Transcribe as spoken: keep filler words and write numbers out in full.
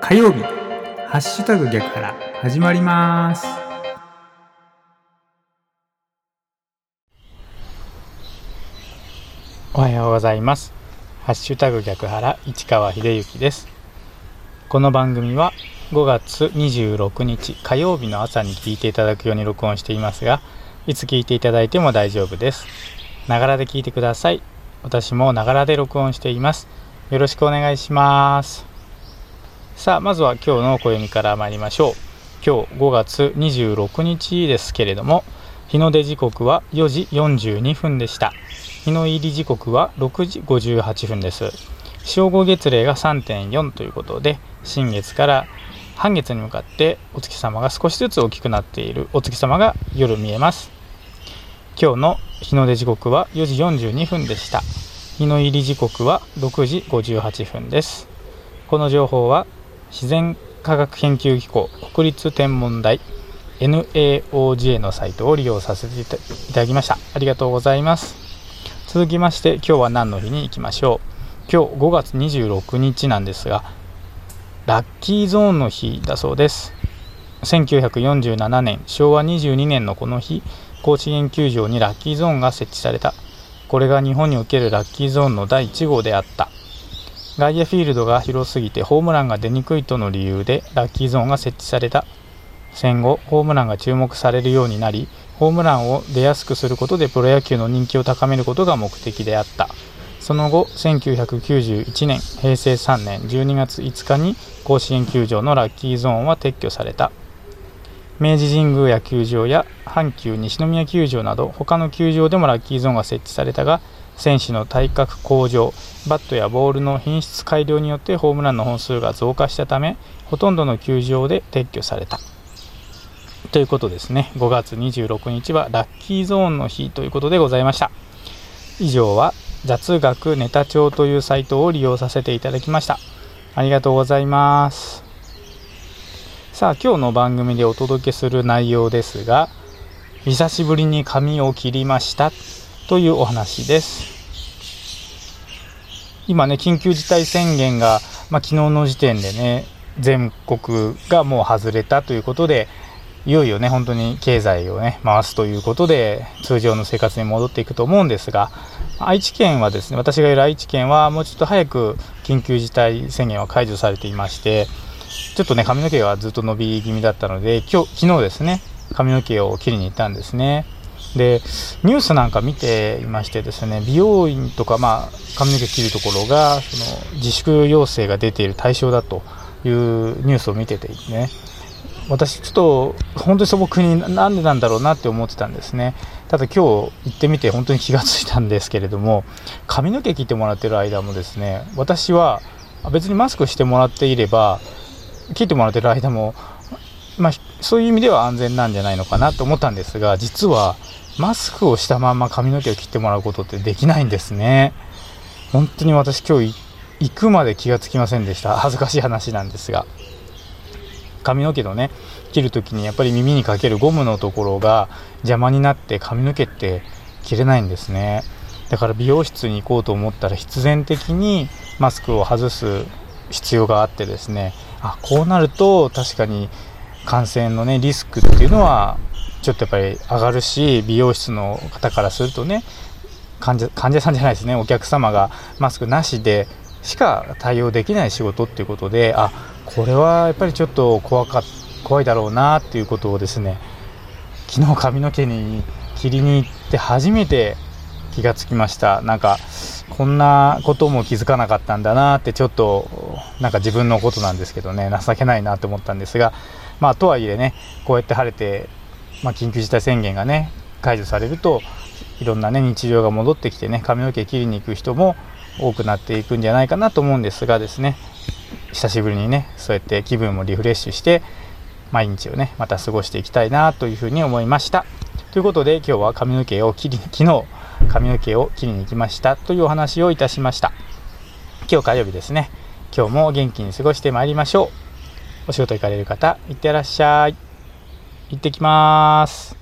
火曜日ハッシュタグ逆腹始まります。 おはようございます。ハッシュタグ逆腹市川秀幸です。この番組はごがつにじゅうろくにち火曜日の朝に聞いていただくように録音していますが、いつ聞いていただいても大丈夫です。ながらで聞いてください。私もながらで録音しています。よろしくお願いします。さあ、まずは今日の暦から参りましょう。今日ごがつにじゅうろくにちですけれども、日の出時刻はよじよんじゅうにふんでした。日の入り時刻はろくじごじゅうはっぷんです。正午月齢が さんてんよん ということで、新月から半月に向かってお月様が少しずつ大きくなっているお月様が夜見えます。今日の日の出時刻はよじよんじゅうにふんでした。日の入り時刻はろくじごじゅうはっぷんです。この情報は自然科学研究機構国立天文台 エヌエーオージェー のサイトを利用させていただきました。ありがとうございます。続きまして今日は何の日に行きましょう。今日ごがつにじゅうろくにちなんですが、ラッキーゾーンの日だそうです。せんきゅうひゃくよんじゅうななねんしょうわにじゅうにねんのこの日、高知県球場にラッキーゾーンが設置された。これが日本におけるラッキーゾーンのだいいちごうであった。外野フィールドが広すぎてホームランが出にくいとの理由でラッキーゾーンが設置された。戦後ホームランが注目されるようになり、ホームランを出やすくすることでプロ野球の人気を高めることが目的であった。その後せんきゅうひゃくきゅうじゅういちねんへいせいさんねんじゅうにがついつかに甲子園球場のラッキーゾーンは撤去された。明治神宮野球場や阪急西宮球場など他の球場でもラッキーゾーンが設置されたが、選手の体格向上、バットやボールの品質改良によってホームランの本数が増加したため、ほとんどの球場で撤去されたということですね。ごがつにじゅうろくにちはラッキーゾーンの日ということでございました。以上は雑学ネタ帳というサイトを利用させていただきました。ありがとうございます。さあ、今日の番組でお届けする内容ですが、久しぶりに髪を切りましたというお話です。今ね、緊急事態宣言が、まあ、昨日の時点でね、全国がもう外れたということで、いよいよね、本当に経済をね回すということで通常の生活に戻っていくと思うんですが、愛知県はですね、私がいる愛知県はもうちょっと早く緊急事態宣言は解除されていまして、ちょっとね髪の毛がずっと伸び気味だったので、今日昨日ですね、髪の毛を切りに行ったんですね。でニュースなんか見ていましてですね、美容院とか、まあ、髪の毛切るところがその自粛要請が出ている対象だというニュースを見ててね、私ちょっと本当に素朴になんでなんだろうなって思ってたんですね。ただ今日行ってみて本当に気がついたんですけれども、髪の毛切ってもらってる間もですね、私は別にマスクしてもらっていれば切ってもらってる間も、まあ、そういう意味では安全なんじゃないのかなと思ったんですが、実はマスクをしたまま髪の毛を切ってもらうことってできないんですね。本当に私今日行くまで気がつきませんでした。恥ずかしい話なんですが、髪の毛のね切るときにやっぱり耳にかけるゴムのところが邪魔になって髪の毛って切れないんですね。だから美容室に行こうと思ったら必然的にマスクを外す必要があってですね、あ、こうなると確かに感染のねリスクっていうのはちょっとやっぱり上がるし、美容室の方からするとね、患者、患者さんじゃないですね、お客様がマスクなしでしか対応できない仕事っていうことで、あ、これはやっぱりちょっと怖か怖いだろうなっていうことをですね、昨日髪の毛に切りに行って初めて気がつきました。なんかこんなことも気づかなかったんだなって、ちょっとなんか自分のことなんですけどね、情けないなと思ったんですが、まあとはいえね、こうやって晴れて、まあ、緊急事態宣言がね解除されるといろんなね日常が戻ってきてね、髪の毛切りに行く人も多くなっていくんじゃないかなと思うんですがですね、久しぶりにねそうやって気分もリフレッシュして毎日をねまた過ごしていきたいなというふうに思いました。ということで今日は髪の毛を切り昨日髪の毛を切りに行きましたというお話をいたしました。今日火曜日ですね。今日も元気に過ごしてまいりましょう。お仕事行かれる方、いってらっしゃい。行ってきます。